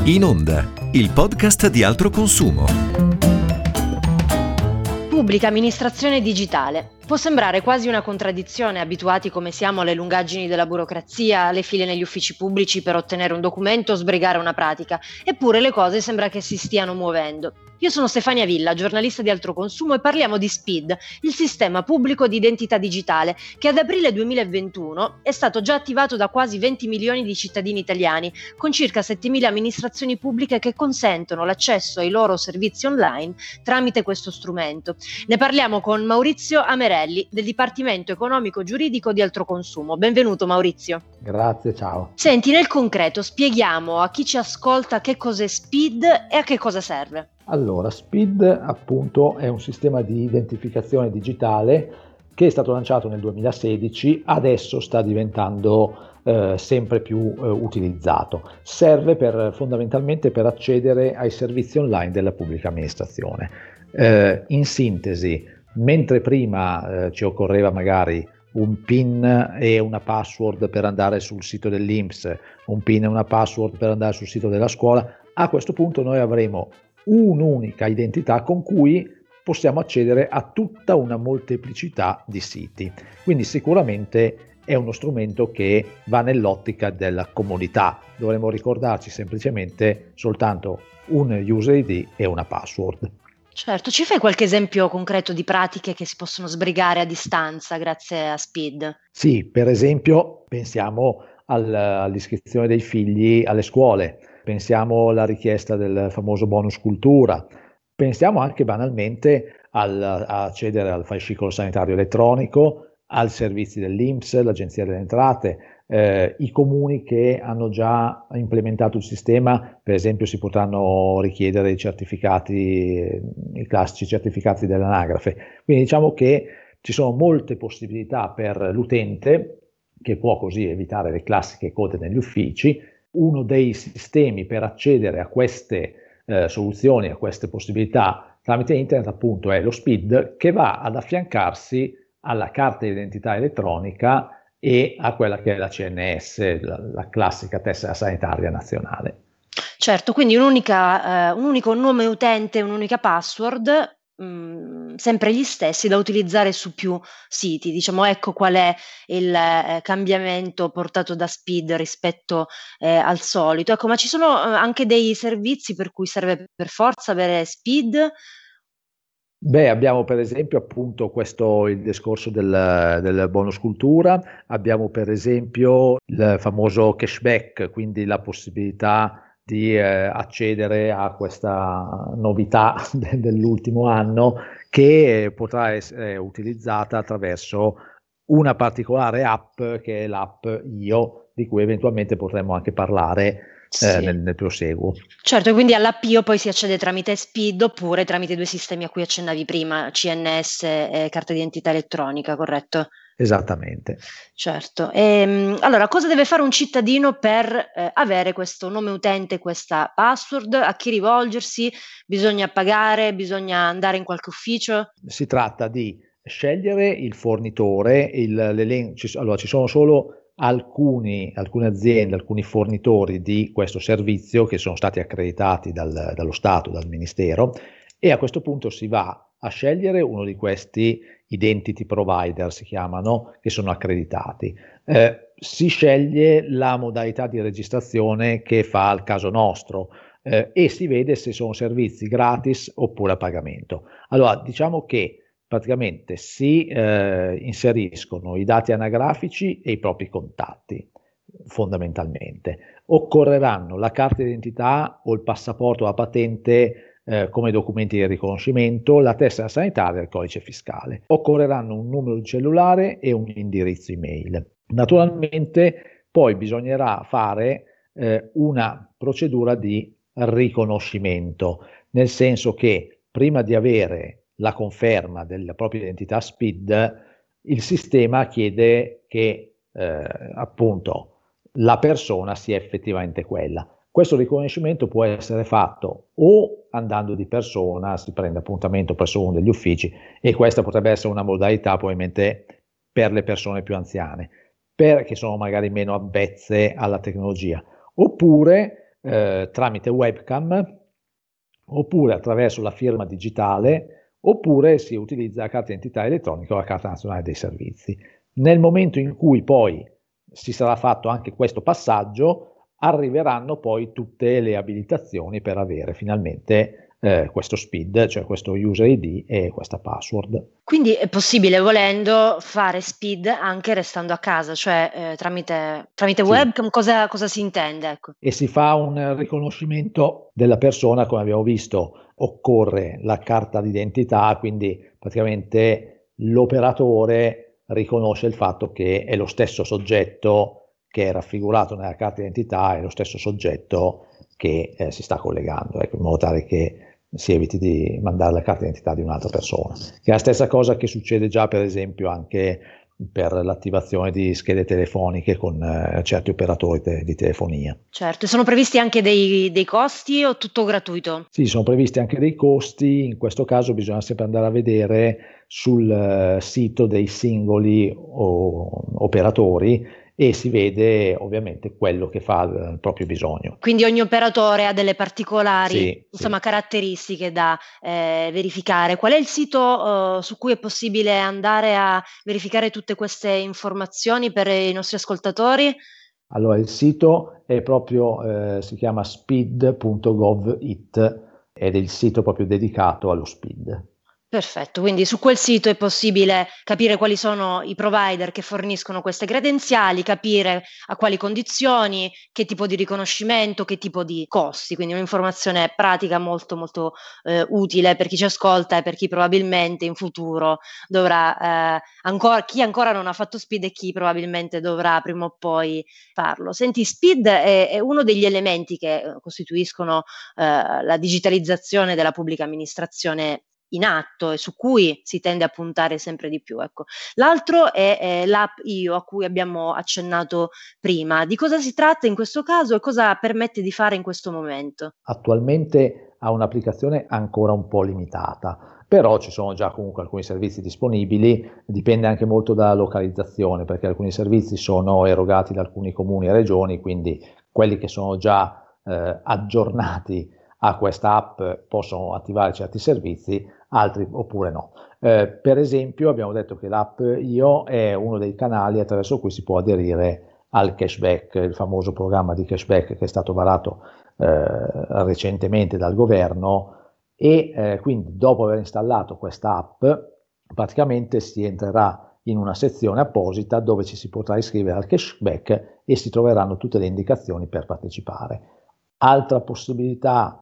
In Onda, il podcast di Altro Consumo. Pubblica amministrazione digitale. Può sembrare quasi una contraddizione, abituati come siamo alle lungaggini della burocrazia, alle file negli uffici pubblici per ottenere un documento o sbrigare una pratica. Eppure le cose sembra che si stiano muovendo. Io sono Stefania Villa, giornalista di Altro Consumo, e parliamo di SPID, il sistema pubblico di identità digitale, che ad aprile 2021 è stato già attivato da quasi 20 milioni di cittadini italiani, con circa 7.000 amministrazioni pubbliche che consentono l'accesso ai loro servizi online tramite questo strumento. Ne parliamo con Maurizio Amerelli, del Dipartimento Economico Giuridico di Altro Consumo. Benvenuto Maurizio. Grazie, ciao. Senti, nel concreto spieghiamo a chi ci ascolta che cos'è SPID e a che cosa serve. Allora, SPID appunto è un sistema di identificazione digitale che è stato lanciato nel 2016, adesso sta diventando sempre più utilizzato. Serve fondamentalmente per accedere ai servizi online della pubblica amministrazione. In sintesi, mentre prima ci occorreva magari un PIN e una password per andare sul sito dell'INPS, un PIN e una password per andare sul sito della scuola, a questo punto noi avremo un'unica identità con cui possiamo accedere a tutta una molteplicità di siti. Quindi sicuramente è uno strumento che va nell'ottica della comodità. Dovremmo ricordarci semplicemente soltanto un user ID e una password. Certo, ci fai qualche esempio concreto di pratiche che si possono sbrigare a distanza grazie a SPID? Sì, per esempio pensiamo all'iscrizione dei figli alle scuole, pensiamo alla richiesta del famoso bonus cultura, pensiamo anche banalmente a accedere al fascicolo sanitario elettronico, ai servizi dell'INPS, l'Agenzia delle Entrate. I comuni che hanno già implementato il sistema, per esempio, si potranno richiedere i certificati, i classici certificati dell'anagrafe. Quindi diciamo che ci sono molte possibilità per l'utente, che può così evitare le classiche code negli uffici. Uno dei sistemi per accedere a queste soluzioni, a queste possibilità tramite internet appunto è lo SPID, che va ad affiancarsi alla carta di identità elettronica e a quella che è la CNS, la classica tessera sanitaria nazionale. Certo, quindi un unico nome utente, un'unica password, sempre gli stessi da utilizzare su più siti. Diciamo, ecco qual è il cambiamento portato da SPID rispetto al solito. Ecco, ma ci sono anche dei servizi per cui serve per forza avere SPID? Beh, abbiamo per esempio appunto il discorso del bonus cultura, abbiamo per esempio il famoso cashback, quindi la possibilità di accedere a questa novità dell'ultimo anno che potrà essere utilizzata attraverso una particolare app che è l'app Io, di cui eventualmente potremmo anche parlare Sì. nel proseguo. Certo, quindi all'app Io poi si accede tramite SPID oppure tramite due sistemi a cui accennavi prima, CNS e carta d'identità elettronica, corretto? Esattamente. Certo. Allora, cosa deve fare un cittadino per avere questo nome utente, questa password? A chi rivolgersi? Bisogna pagare? Bisogna andare in qualche ufficio? Si tratta di scegliere il fornitore, allora ci sono solo alcune aziende, alcuni fornitori di questo servizio che sono stati accreditati dallo Stato, dal Ministero, e a questo punto si va a scegliere uno di questi identity provider, si chiamano, che sono accreditati. Si sceglie la modalità di registrazione che fa al caso nostro e si vede se sono servizi gratis oppure a pagamento. Allora, diciamo che praticamente si inseriscono i dati anagrafici e i propri contatti, fondamentalmente. Occorreranno la carta d'identità o il passaporto o la patente come documenti di riconoscimento, la tessera sanitaria e il codice fiscale. Occorreranno un numero di cellulare e un indirizzo email. Naturalmente poi bisognerà fare una procedura di riconoscimento, nel senso che prima di avere la conferma della propria identità SPID, il sistema chiede che appunto la persona sia effettivamente quella. Questo riconoscimento può essere fatto o andando di persona, si prende appuntamento presso uno degli uffici, e questa potrebbe essere una modalità probabilmente per le persone più anziane, che sono magari meno avvezze alla tecnologia, oppure tramite webcam, oppure attraverso la firma digitale, oppure si utilizza la carta d'identità elettronica o la carta nazionale dei servizi. Nel momento in cui poi si sarà fatto anche questo passaggio, arriveranno poi tutte le abilitazioni per avere finalmente questo SPID, cioè questo user ID e questa password. Quindi è possibile, volendo, fare SPID anche restando a casa, cioè tramite Sì. webcam, cosa si intende? Ecco. E si fa un riconoscimento della persona, come abbiamo visto, occorre la carta d'identità, quindi praticamente l'operatore riconosce il fatto che è lo stesso soggetto che è raffigurato nella carta d'identità, è lo stesso soggetto che si sta collegando, ecco, in modo tale che si eviti di mandare la carta d'identità di un'altra persona. Che è la stessa cosa che succede già, per esempio, anche per l'attivazione di schede telefoniche con certi operatori di telefonia. Certo, e sono previsti anche dei costi o tutto gratuito? Sì, sono previsti anche dei costi, in questo caso bisogna sempre andare a vedere sul sito dei singoli operatori e si vede ovviamente quello che fa il proprio bisogno. Quindi ogni operatore ha delle particolari Sì. caratteristiche da verificare. Qual è il sito su cui è possibile andare a verificare tutte queste informazioni per i nostri ascoltatori? Allora, il sito è proprio, si chiama speed.gov.it ed è il sito proprio dedicato allo SPID. Perfetto, quindi su quel sito è possibile capire quali sono i provider che forniscono queste credenziali, capire a quali condizioni, che tipo di riconoscimento, che tipo di costi, quindi un'informazione pratica molto molto utile per chi ci ascolta e per chi probabilmente in futuro dovrà chi ancora non ha fatto SPID e chi probabilmente dovrà prima o poi farlo. Senti, SPID è uno degli elementi che costituiscono la digitalizzazione della pubblica amministrazione in atto e su cui si tende a puntare sempre di più, ecco. L'altro è l'app IO a cui abbiamo accennato prima. Di cosa si tratta in questo caso e cosa permette di fare in questo momento? Attualmente ha un'applicazione ancora un po' limitata, però ci sono già comunque alcuni servizi disponibili, dipende anche molto dalla localizzazione, perché alcuni servizi sono erogati da alcuni comuni e regioni, quindi quelli che sono già aggiornati a questa app possono attivare certi servizi, altri oppure no. Per esempio abbiamo detto che l'app IO è uno dei canali attraverso cui si può aderire al cashback, il famoso programma di cashback che è stato varato recentemente dal governo e quindi dopo aver installato questa app praticamente si entrerà in una sezione apposita dove ci si potrà iscrivere al cashback e si troveranno tutte le indicazioni per partecipare. Altra possibilità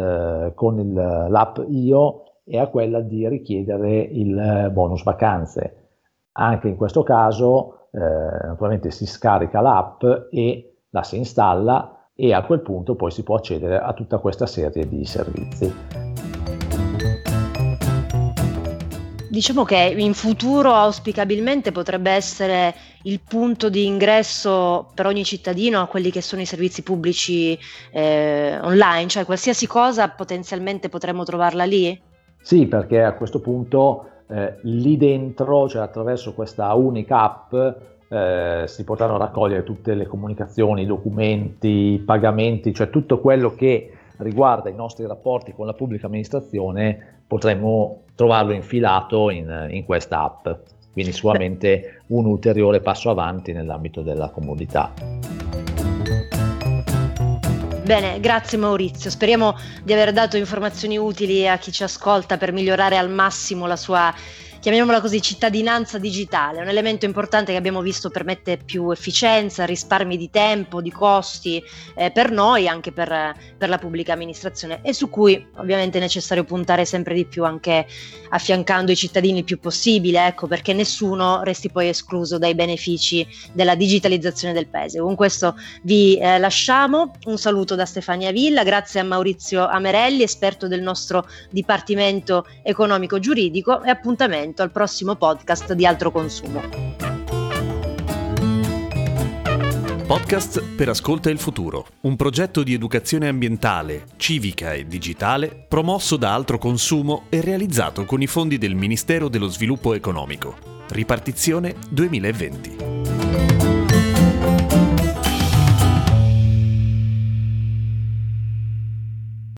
con l'app IO è quella di richiedere il bonus vacanze. Anche in questo caso naturalmente si scarica l'app e la si installa e a quel punto poi si può accedere a tutta questa serie di servizi. Diciamo che in futuro auspicabilmente potrebbe essere il punto di ingresso per ogni cittadino a quelli che sono i servizi pubblici online, cioè qualsiasi cosa potenzialmente potremmo trovarla lì? Sì, perché a questo punto lì dentro, cioè attraverso questa unica app, si potranno raccogliere tutte le comunicazioni, i documenti, i pagamenti, cioè tutto quello che riguarda i nostri rapporti con la pubblica amministrazione potremmo trovarlo infilato in questa app, quindi sicuramente un ulteriore passo avanti nell'ambito della comodità. Bene, grazie Maurizio, speriamo di aver dato informazioni utili a chi ci ascolta per migliorare al massimo la sua, chiamiamola così, cittadinanza digitale, un elemento importante che abbiamo visto permette più efficienza, risparmi di tempo, di costi per noi, anche per la pubblica amministrazione e su cui ovviamente è necessario puntare sempre di più anche affiancando i cittadini il più possibile, ecco, perché nessuno resti poi escluso dai benefici della digitalizzazione del paese. Con questo vi lasciamo, un saluto da Stefania Villa, grazie a Maurizio Amerelli, esperto del nostro Dipartimento Economico Giuridico e appuntamento al prossimo podcast di Altro Consumo. Podcast per Ascolta il Futuro, un progetto di educazione ambientale, civica e digitale promosso da Altro Consumo e realizzato con i fondi del Ministero dello Sviluppo Economico. Ripartizione 2020.